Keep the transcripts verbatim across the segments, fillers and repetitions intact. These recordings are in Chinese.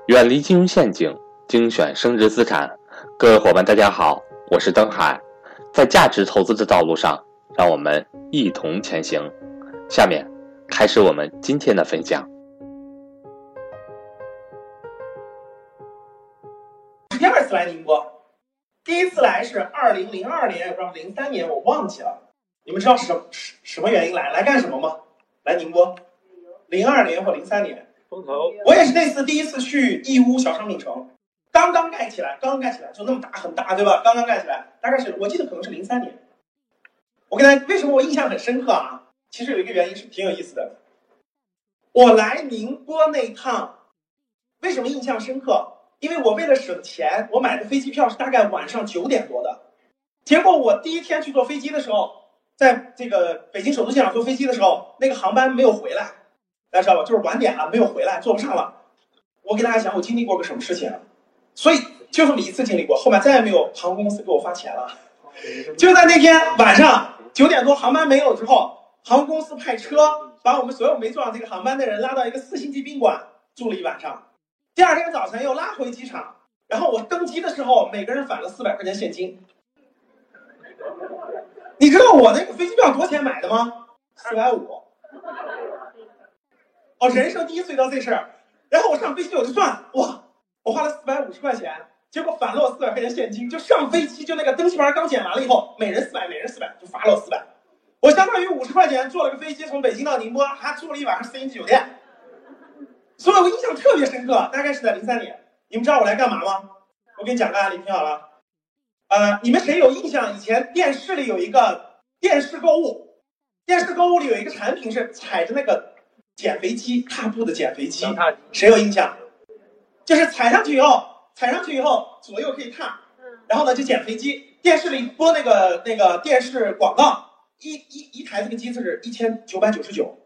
远离金融陷阱，精选升值资产。各位伙伴大家好，我是登海。在价值投资的道路上，让我们一同前行。下面开始我们今天的分享。 第二次来宁波，第一次来是二零零二年，也不知道零三年，我忘记了。你们知道什么什么原因来？来干什么吗？来宁波，零二年或零三年。 风投， 我也是那次第一次去义乌小商品城，刚刚盖起来，刚刚盖起来，就那么大很大，对吧？刚刚盖起来，大概是我记得可能是零三年。我跟大家为什么我印象很深刻啊？其实有一个原因是挺有意思的。我来宁波那一趟，为什么印象深刻？因为我为了省钱，我买的飞机票是大概晚上九点多的。结果我第一天去坐飞机的时候，在这个北京首都机场坐飞机的时候，那个航班没有回来。大家知道吧？就是晚点了，没有回来，坐不上了。我给大家讲，我经历过个什么事情啊？所以就这么一次经历过，后面再也没有航空公司给我发钱了。就在那天晚上九点多，航班没有之后，航空公司派车把我们所有没坐上这个航班的人拉到一个四星级宾馆住了一晚上。第二天早晨又拉回机场，然后我登机的时候，每个人返了四百块钱现金。你知道我那个飞机票多少钱买的吗？四百五。哦，人生第一次遇到这事儿，然后我上飞机我就算，哇，我花了四百五十块钱，结果返了我四百块钱现金，就上飞机就那个登机牌刚剪完了以后，每人四百，每人四百，就发了我四百，我相当于五十块钱坐了个飞机从北京到宁波，还住了一晚上四星级酒店，所以我印象特别深刻。大概是在零三年，你们知道我来干嘛吗？我给你讲个案例，听好了，呃，你们谁有印象？以前电视里有一个电视购物，电视购物里有一个产品是踩着那个减肥机，踏步的减肥机，谁有印象？就是踩上去以后，踩上去以后左右可以看，然后呢就减肥机。电视里播那个那个电视广告，一一一台这个机子是一千九百九十九。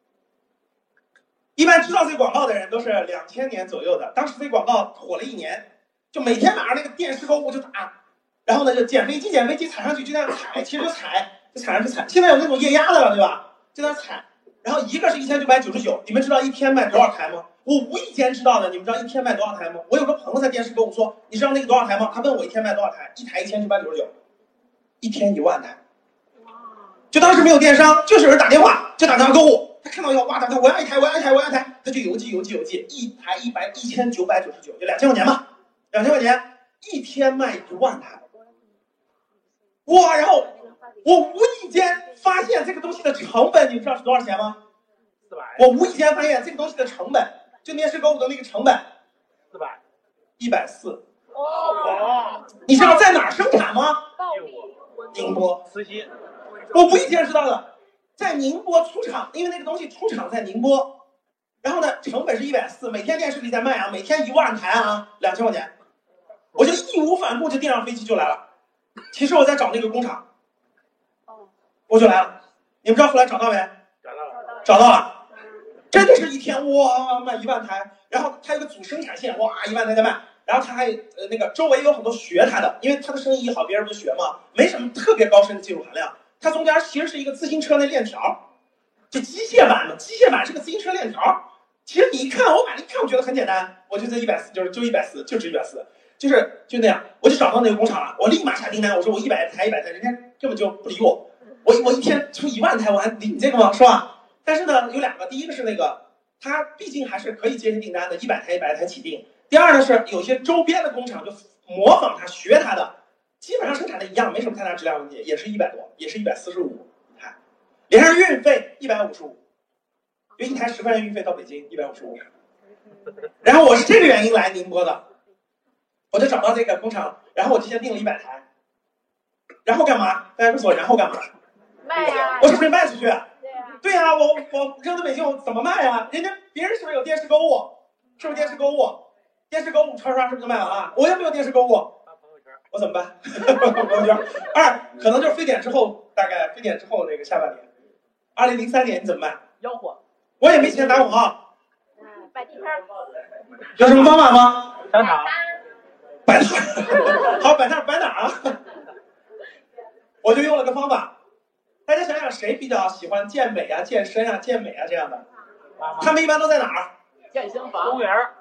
一般知道这个广告的人都是两千年左右的，当时这个广告火了一年，就每天晚上那个电视购物就打，然后呢就减肥机减肥机踩上去就在那踩，其实就踩就踩上去踩。现在有那种液压的了，对吧？就在那踩。然后一个是一千九百九十九，你们知道一天卖多少台吗？我无意间知道的，你们知道一天卖多少台吗？我有个朋友在电视跟我说，你知道那个多少台吗？他问我一天卖多少台，一台一千九百九十九，一天一万台。就当时没有电商，就是有人打电话，就打电话购物，他看到以后，哇，打电话我要一台，我要一台，我要一台，他就邮寄邮寄邮寄，一台一百一千九百九十九，就两千块钱嘛，两千块钱一天卖一万台，哇！然后我无意间发现这个东西的成本，你们知道是多少钱吗？ 四百。 我无意间发现这个东西的成本，就电视购物的那个成本， 四百， 一百四。 哦， 你知道在哪儿生产吗？宁波， 慈溪。 我无意间知道的，在宁波出厂，因为那个东西出厂在宁波，然后呢，成本是一百四，每天电视里在卖啊，每天一万台啊，两千块钱，我就义无反顾就订上飞机就来了。其实我在找那个工厂，我就来了。你们知道后来找到没？ 找到了， 找到了，真的是一天哇卖一万台，然后他有个主生产线，哇一万台在卖，然后他还呃那个周围有很多学他的，因为他的生意好，别人不学嘛，没什么特别高深的技术含量。它中间其实是一个自行车那链条，就机械版嘛，机械版是个自行车链条。其实你一看，我买了一看，我觉得很简单，我就这一百四，就是就一百四，就值一百四，就是就那样，我就找到那个工厂了，我立马下订单，我说我一百台一百台，人家根本就不理我，我我一天出一万台，我还理你这个吗？是吧？但是呢，有两个，第一个是那个它毕竟还是可以接近订单的，一百台一百台起订。第二呢是有些周边的工厂就模仿它学它的。基本上生产的一样，没什么太大质量问题，也是一百多，也是一百四十五台，连上运费一百五十五，就一台十块钱运费到北京一百五十五。然后我是这个原因来宁波的，我就找到这个工厂，然后我就先订了一百台，然后干嘛？大家告诉我，然后干嘛？ 卖呀！ 我是不是卖出去？对呀、 啊，对呀、啊，我我扔在北京，我怎么卖呀？人家别人是不是有电视购物？是不是电视购物？电视购物刷刷是不是就卖完了？我又没有电视购物。我怎么办？朋友圈二可能就是非典之后，大概非典之后那个下半年，二零零三年你怎么办？ 吆喝， 我也没钱打广告。 嗯，摆地摊。 有什么方法吗？ 商场。 摆摊。好，摆摊摆哪儿啊？我就用了个方法，大家想想谁比较喜欢健美啊、健身啊、健美啊这样的？他们一般都在哪儿？ 健身房、公园。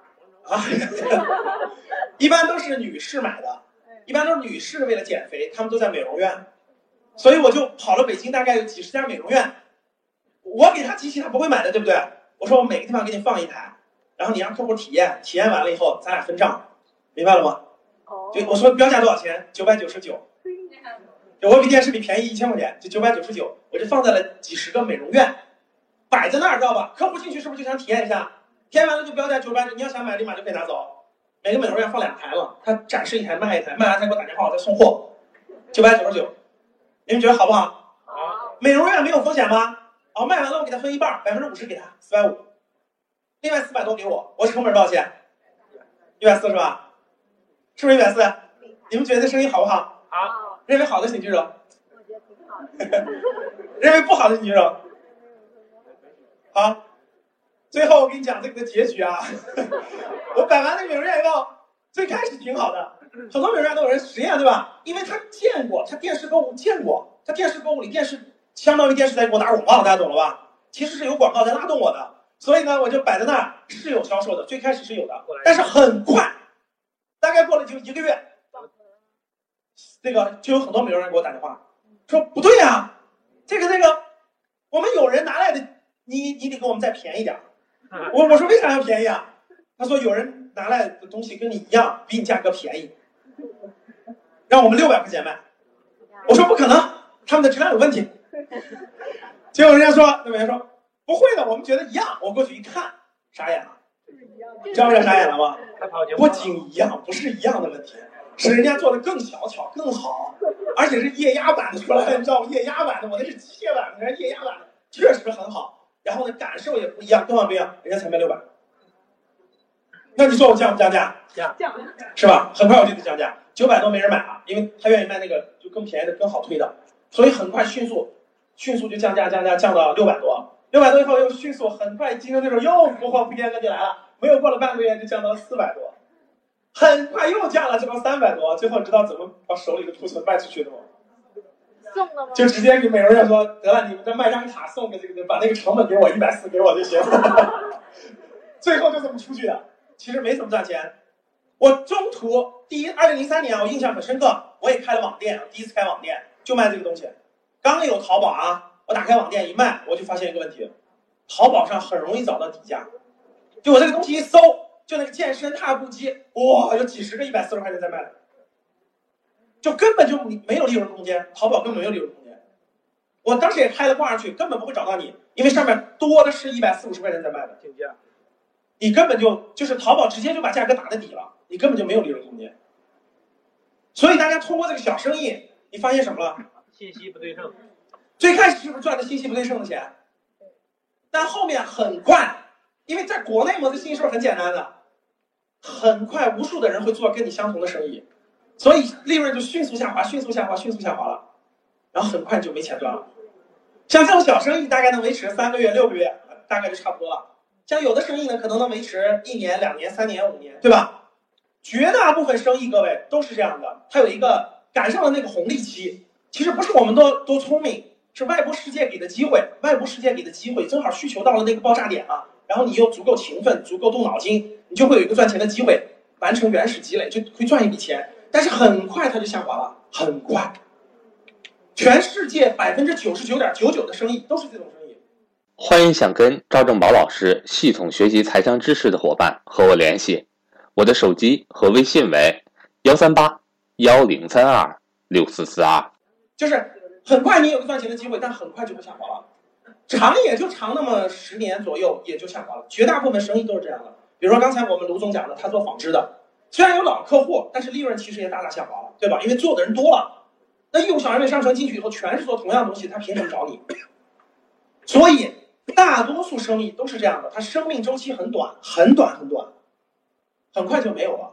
啊，一般都是女士买的，一般都是女士为了减肥，她们都在美容院，所以我就跑了北京大概有几十家美容院，我给他机器他不会买的，对不对？我说我每个地方给你放一台，然后你让客户体验，体验完了以后咱俩分账，明白了吗？就我说标价多少钱？九百九十九，我比电视里便宜一千块钱，就九百九十九，我就放在了几十个美容院，摆在那儿，知道吧？客户进去是不是就想体验一下？体验完了就标价九百九，你要想买立马就可以拿走。每个美容院放两台了，他展示一台卖一台，卖完他给我打电话，我再送货，九百九十九，你们觉得好不好？ 好。 美容院没有风险吗？哦，卖完了我给他分一半，百分之五十给他，四百五，另外四百多给我，我成本多少钱？一百四是吧？是不是一百四？你们觉得这生意好不好？ 好。 认为好的请举手。 我觉得挺好的。 认为不好的请举手。好，最后我跟你讲这个的结局啊。我摆完那个美容院以后，最开始挺好的，很多美容院都有人实验，对吧？因为他见过，他电视购物见过，他电视购物里电视相当于电视在给我打广告，大家懂了吧？其实是有广告在拉动我的，所以呢，我就摆在那儿是有销售的，最开始是有的，但是很快，大概过了就一个月，这个就有很多美容院给我打电话，说不对呀、啊，这个这个，我们有人拿来的，你你得给我们再便宜点。我我说为啥要便宜啊？他说有人拿来的东西跟你一样，比你价格便宜，让我们六百块钱卖。我说不可能，他们的质量有问题。结果人家说，那美人说不会的，我们觉得一样。我过去一看，傻眼了。知道为啥傻眼了吗？不仅一样，不是一样的问题，是人家做的更小巧、更好，而且是液压版的出来的，你知道吗？液压版的，我那是机械版的，人家液压版的确实很好，然后呢，感受也不一样，各方面不一样，人家才卖六百。那你说我降不降价？ 降， 是吧？很快我就得降价，九百多没人买了，因为他愿意卖那个就更便宜的、更好推的，所以很快迅速。迅速就降价降价降到六百多，六百多以后又迅速很快竞争对手又不货不颠跟进来了，没有过了半个月就降到了四百多，很快又降了降到三百多，最后知道怎么把手里的库存卖出去的吗？ 送了吗？ 就直接给美容院说得了，你们再卖张卡送个这个，把那个成本给我一百四给我就行了。最后就这么出去的，其实没怎么赚钱。我中途第一二零零三年我印象很深刻，我也开了网店，第一次开网店就卖这个东西。刚有淘宝啊，我打开网店一卖，我就发现一个问题，淘宝上很容易找到底价。就我这个东西一搜，就那个健身踏步机，哇，有几十个一百四十块钱在卖的，就根本就没有利润空间，淘宝根本没有利润空间。我当时也开了挂上去，根本不会找到你，因为上面多的是一百四五十块钱在卖的竞价， 你根本就就是淘宝直接就把价格打在底了，你根本就没有利润空间。所以大家通过这个小生意，你发现什么了？ 信息不对称。 最开始是不是赚的信息不对称的钱？但后面很快，因为在国内嘛，这信息是不是很简单的？很快，无数的人会做跟你相同的生意，所以利润就迅速下滑，迅速下滑，迅速下滑了，然后很快就没钱赚了。像这种小生意大概能维持三个月、六个月，大概就差不多了。像有的生意呢，可能能维持一年、两年、三年、五年，对吧？绝大部分生意，各位都是这样的，它有一个赶上了那个红利期。其实不是我们多多聪明，是外部世界给的机会，外部世界给的机会，正好需求到了那个爆炸点了，然后你又足够勤奋，足够动脑筋，你就会有一个赚钱的机会，完成原始积累，就会赚一笔钱。但是很快它就下滑了，很快。全世界百分之九十九点九九的生意都是这种生意。 欢迎想跟赵正宝老师系统学习财商知识的伙伴和我联系，我的手机和微信为幺三八幺零三二六四四二。 就是很快你有个赚钱的机会，但很快就会下滑了，长也就长那么十年左右，也就下滑了。绝大部分生意都是这样的。比如说刚才我们卢总讲的，他做纺织的，虽然有老客户，但是利润其实也大大下滑了，对吧？因为做的人多了，那义乌小而美商城进去以后，全是做同样的东西，他凭什么找你？所以大多数生意都是这样的，它生命周期很短，很短很短，很快就没有了。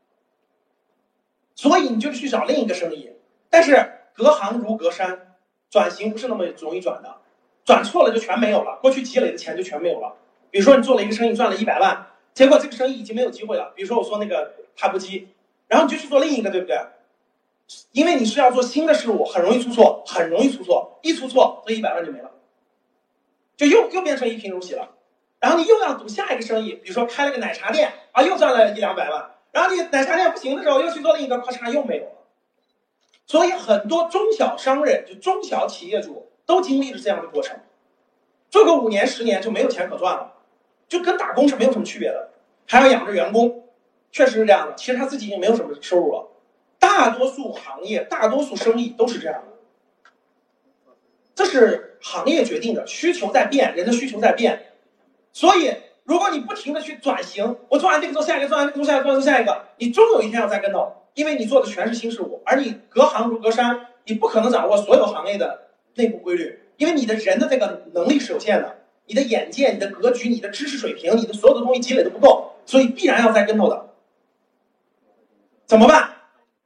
所以你就去找另一个生意，但是隔行如隔山，转型不是那么容易转的，转错了就全没有了，过去积累的钱就全没有了。比如说你做了一个生意赚了一百万，结果这个生意已经没有机会了。比如说我说那个踏步机，然后你就去做另一个，对不对？因为你是要做新的事物，很容易出错，很容易出错，一出错这一百万就没了，就又又变成一贫如洗了。 然后你又要赌下一个生意，比如说开了个奶茶店啊，又赚了一两百万，然后你奶茶店不行的时候，又去做另一个，咔嚓又没有了。所以很多中小商人，就中小企业主都经历了这样的过程，做个五年十年就没有钱可赚了，就跟打工是没有什么区别的，还要养着员工，确实是这样的。其实他自己已经没有什么收入了，大多数行业、大多数生意都是这样的。这是行业决定的，需求在变，人的需求在变。所以，如果你不停的去转型，我做完这个做下一个，做完这个做下一个，做下一个，你终有一天要栽跟头，因为你做的全是新事物，而你隔行如隔山，你不可能掌握所有行业的内部规律，因为你的人的这个能力是有限的，你的眼界、你的格局、你的知识水平、你的所有的东西积累都不够，所以必然要栽跟头的。怎么办？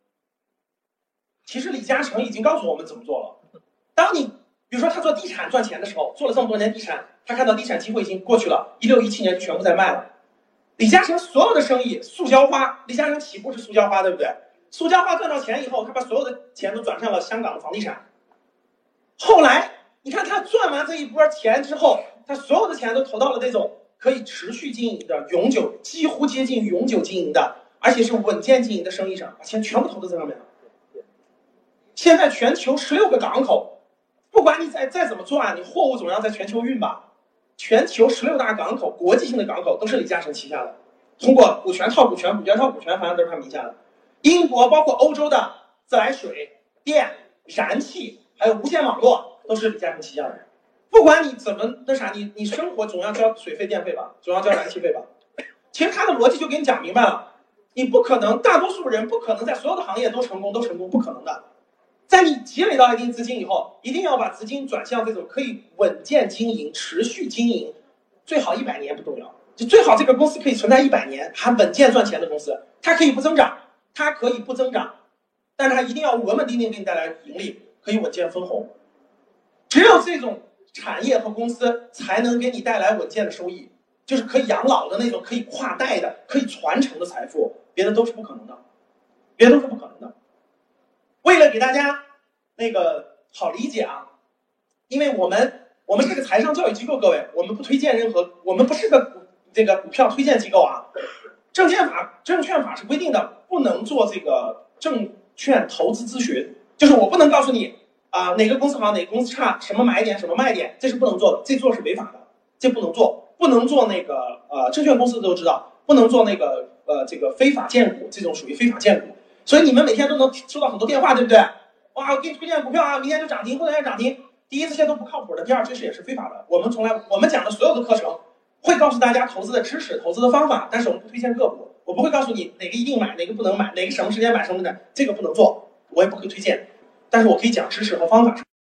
其实李嘉诚已经告诉我们怎么做了。当你比如说他做地产赚钱的时候，做了这么多年地产，他看到地产机会已经过去了，一六一七年就全部在卖了。李嘉诚所有的生意，塑胶花，李嘉诚起步是塑胶花，对不对？塑胶花赚到钱以后，他把所有的钱都转向了香港的房地产。后来你看他赚完这一波钱之后，他所有的钱都投到了这种可以持续经营的、永久几乎接近永久经营的，而且是稳健经营的生意上，把钱全部投到这上面了。现在全球十六个港口。不管你再再怎么赚，你货物总要在全球运吧。全球十六大港口，国际性的港口都是李嘉诚旗下的，通过股权套股权、股权套股权，好像都是他名下的。英国包括欧洲的自来水、电、燃气，还有无线网络，都是李嘉诚旗下的。不管你怎么那啥，你你生活总要交水费、电费吧，总要交燃气费吧。其实他的逻辑就给你讲明白了，你不可能，大多数人不可能在所有的行业都成功，都成功，不可能的。在你积累到一定资金以后，一定要把资金转向这种可以稳健经营、持续经营，最好一百年不重要，就最好这个公司可以存在一百年，还稳健赚钱的公司，它可以不增长，它可以不增长，但是它一定要稳稳定定给你带来盈利，可以稳健分红。只有这种产业和公司才能给你带来稳健的收益，就是可以养老的那种，可以跨代的、可以传承的财富，别的都是不可能的，别的都是不可能的。为了给大家那个好理解啊，因为我们我们是个财商教育机构，各位，我们不推荐任何，我们不是个股这个股票推荐机构啊。证券法证券法是规定的，不能做这个证券投资咨询，就是我不能告诉你啊、呃、哪个公司好哪个公司差，什么买点什么卖点，这是不能做的，这做是违法的，这不能做，不能做那个呃证券公司都知道，不能做那个呃这个非法荐股，这种属于非法荐股。所以你们每天都能收到很多电话，对不对？哇，我给你推荐股票啊，明天就涨停，后天涨停。第一，这些都不靠谱的；第二，这是也是非法的。我们从来我们讲的所有的课程会告诉大家投资的知识、投资的方法，但是我们不推荐个股，我不会告诉你哪个一定买，哪个不能买，哪个什么时间买什么的，这个不能做，我也不会推荐。但是我可以讲知识和方法。